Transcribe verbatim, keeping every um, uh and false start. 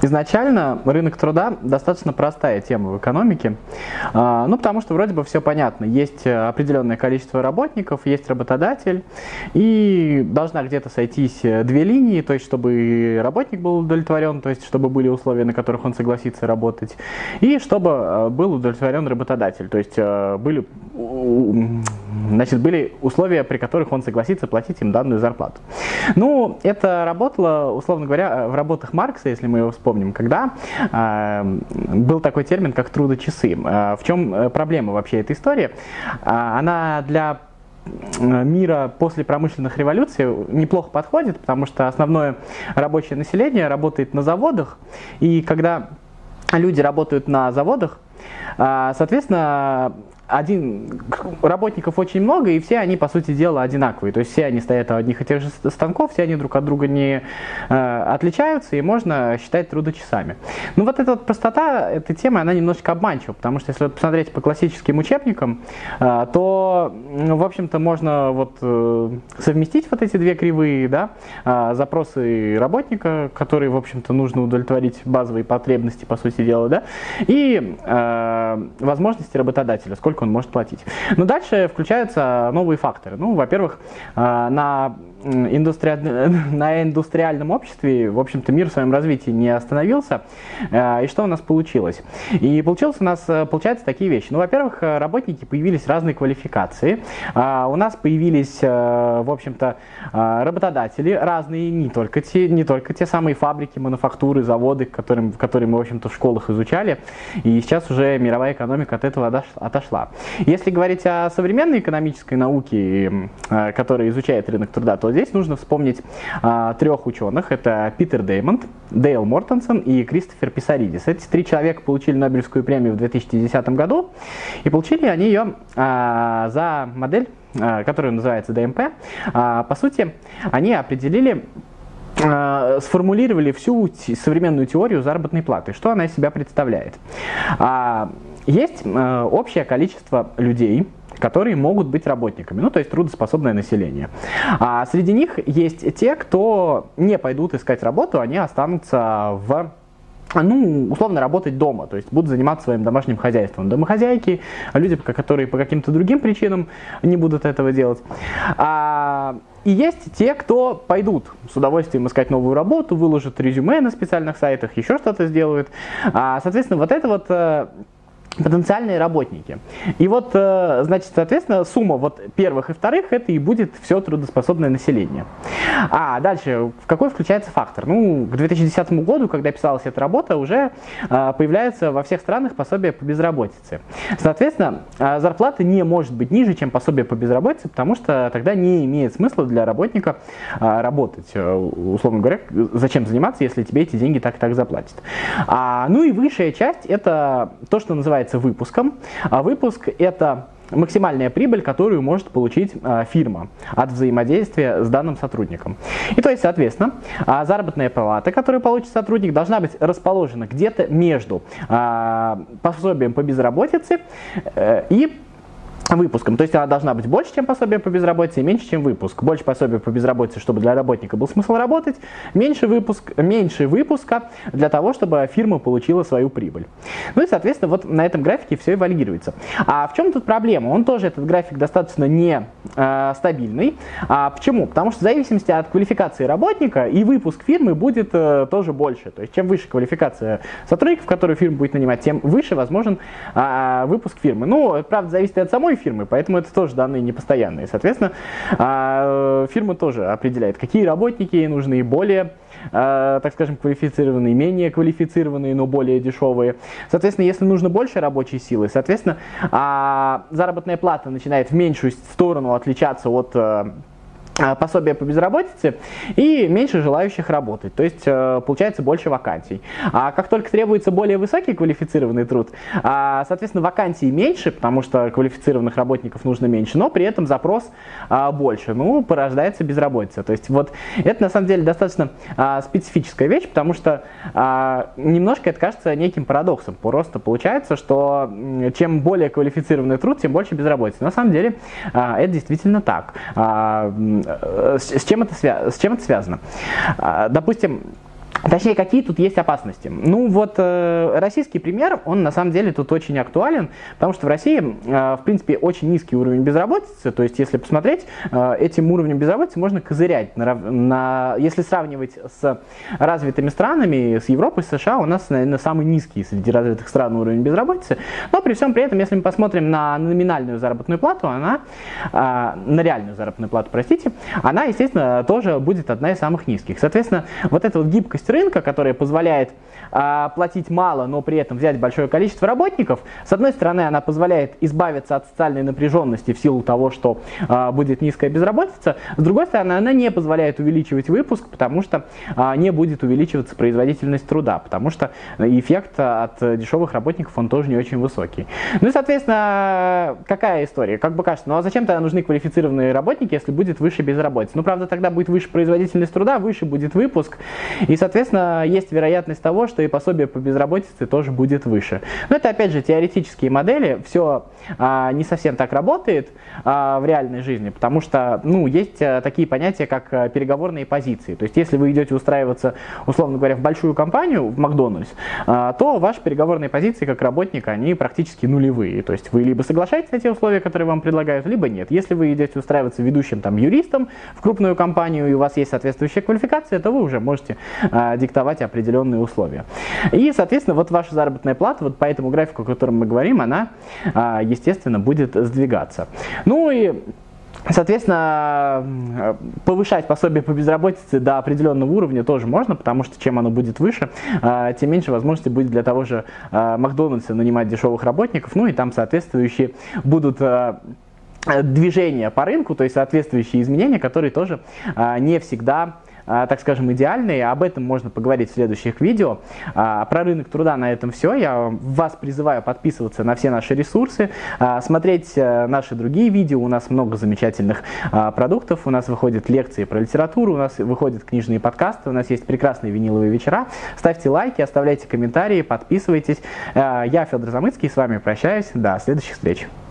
Изначально рынок труда достаточно простая тема в экономике, ну потому что вроде бы все понятно, есть определенное количество работников, есть работодатель, и должна где-то сойтись две линии, то есть чтобы работник был удовлетворен, то есть чтобы были условия, на которых он согласится работать, и чтобы был удовлетворен работодатель, то есть были, значит, были условия, при которых он согласится платить им данную зарплату. Ну, это работало, условно говоря, в работах Маркса, если мы его вспомним, когда э, был такой термин, как трудочасы. Э, в чем проблема вообще этой истории? Э, она для мира после промышленных революций неплохо подходит, потому что основное рабочее население работает на заводах, и когда люди работают на заводах, э, соответственно, один, работников очень много, и все они, по сути дела, одинаковые. То есть все они стоят у одних и тех же станков, все они друг от друга не э, отличаются, и можно считать трудочасами. Но вот эта вот простота этой темы, она немножечко обманчива, потому что если посмотреть по классическим учебникам, э, то, в общем-то, можно вот, э, совместить вот эти две кривые, да, э, запросы работника, которые, в общем-то, нужно удовлетворить базовые потребности, по сути дела, да, и э, возможности работодателя, сколько он может платить. Но дальше включаются новые факторы. Ну, во-первых, на, индустри... на индустриальном обществе, в общем-то, мир в своем развитии не остановился. И что у нас получилось? И получилось у нас, получается, такие вещи. Ну, во-первых, работники появились разные квалификации. У нас появились, в общем-то, работодатели разные, не только те, не только те самые фабрики, мануфактуры, заводы, которым, которые мы, в общем-то, в школах изучали. И сейчас уже мировая экономика от этого отошла. Если говорить о современной экономической науке, которая изучает рынок труда, то здесь нужно вспомнить а, трех ученых. Это Питер Деймонд, Дейл Мортенсон и Кристофер Писаридис. Эти три человека получили Нобелевскую премию в две тысячи десятом году, и получили они ее а, за модель, а, которая называется дэ эм пэ. А, по сути, они определили, сформулировали всю современную теорию заработной платы, что она из себя представляет. Есть общее количество людей, которые могут быть работниками, ну то есть трудоспособное население. А среди них есть те, кто не пойдут искать работу, они останутся в ну, условно, работать дома, то есть будут заниматься своим домашним хозяйством. Домохозяйки, люди, которые по каким-то другим причинам не будут этого делать. А, и есть те, кто пойдут с удовольствием искать новую работу, выложат резюме на специальных сайтах, еще что-то сделают. А, соответственно, вот это вот потенциальные работники. И вот, значит, соответственно, сумма вот первых и вторых, это и будет все трудоспособное население. А дальше, в какой включается фактор? Ну, к две тысячи десятому году, когда писалась эта работа, уже появляется во всех странах пособие по безработице. Соответственно, зарплата не может быть ниже, чем пособие по безработице, потому что тогда не имеет смысла для работника работать. Условно говоря, зачем заниматься, если тебе эти деньги так и так заплатят. А, ну и высшая часть, это то, что называется выпуском. А выпуск – это максимальная прибыль, которую может получить а, фирма от взаимодействия с данным сотрудником. И то есть, соответственно, а, заработная плата, которую получит сотрудник, должна быть расположена где-то между а, пособием по безработице а, и выпуском. То есть она должна быть больше, чем пособие по безработице, и меньше, чем выпуск. Больше пособия по безработице, чтобы для работника был смысл работать, меньше, выпуск, меньше выпуска для того, чтобы фирма получила свою прибыль. Ну и, соответственно, вот на этом графике все эволюируется. А в чем тут проблема? Он тоже, этот график, достаточно не э, стабильный. А почему? Потому что в зависимости от квалификации работника и выпуск фирмы будет э, тоже больше. То есть чем выше квалификация сотрудников, которую фирма будет нанимать, тем выше возможен э, выпуск фирмы. Ну, правда, зависит от самой фирмы, поэтому это тоже данные непостоянные. Соответственно, фирма тоже определяет, какие работники ей нужны, более, так скажем, квалифицированные, менее квалифицированные, но более дешевые. Соответственно, если нужно больше рабочей силы, соответственно, заработная плата начинает в меньшую сторону отличаться от пособие по безработице и меньше желающих работать, то есть получается больше вакансий. А как только требуется более высокий квалифицированный труд, соответственно, вакансий меньше, потому что квалифицированных работников нужно меньше, но при этом запрос больше, ну, порождается безработица. То есть вот это на самом деле достаточно специфическая вещь, потому что немножко это кажется неким парадоксом. Просто получается, что чем более квалифицированный труд, тем больше безработицы. На самом деле это действительно так. С чем это, свя- с чем это связано? Допустим, Точнее, какие тут есть опасности? Ну вот э, российский пример, он на самом деле тут очень актуален, потому что в России, э, в принципе, очень низкий уровень безработицы, то есть если посмотреть, э, этим уровнем безработицы можно козырять. На, на, если сравнивать с развитыми странами, с Европой, с США, у нас, наверное, самый низкий среди развитых стран уровень безработицы, но при всем при этом, если мы посмотрим на номинальную заработную плату, она, э, на реальную заработную плату, простите, она, естественно, тоже будет одна из самых низких. Соответственно, вот эта вот гибкость рынка, которая позволяет а, платить мало, но при этом взять большое количество работников, с одной стороны, она позволяет избавиться от социальной напряженности в силу того, что а, будет низкая безработица, с другой стороны, она не позволяет увеличивать выпуск, потому что а, не будет увеличиваться производительность труда, потому что эффект от дешевых работников, он тоже не очень высокий. Ну и, соответственно, какая история? Как бы кажется, ну а зачем тогда нужны квалифицированные работники, если будет выше безработица? Ну, правда, тогда будет выше производительность труда, выше будет выпуск, и, соответственно, есть вероятность того, что и пособие по безработице тоже будет выше. Но это, опять же, теоретические модели, все а, не совсем так работает а, в реальной жизни, потому что, ну, есть а, такие понятия, как а, переговорные позиции. То есть, если вы идете устраиваться, условно говоря, в большую компанию, в Макдональдс, а, то ваши переговорные позиции как работника, они практически нулевые. То есть, вы либо соглашаетесь на те условия, которые вам предлагают, либо нет. Если вы идете устраиваться ведущим там юристом в крупную компанию, и у вас есть соответствующая квалификация, то вы уже можете а, диктовать определенные условия. И, соответственно, вот ваша заработная плата, вот по этому графику, о котором мы говорим, она, а, естественно, будет сдвигаться. Ну и, соответственно, повышать пособие по безработице до определенного уровня тоже можно, потому что чем оно будет выше, тем меньше возможности будет для того же Макдональдса нанимать дешевых работников, ну и там соответствующие будут движения по рынку, то есть соответствующие изменения, которые тоже не всегда, так скажем, идеальные. Об этом можно поговорить в следующих видео. Про рынок труда на этом все. Я вас призываю подписываться на все наши ресурсы, смотреть наши другие видео. У нас много замечательных продуктов. У нас выходят лекции про литературу, у нас выходят книжные подкасты, у нас есть прекрасные виниловые вечера. Ставьте лайки, оставляйте комментарии, подписывайтесь. Я Федор Замыцкий, с вами прощаюсь. До следующих встреч.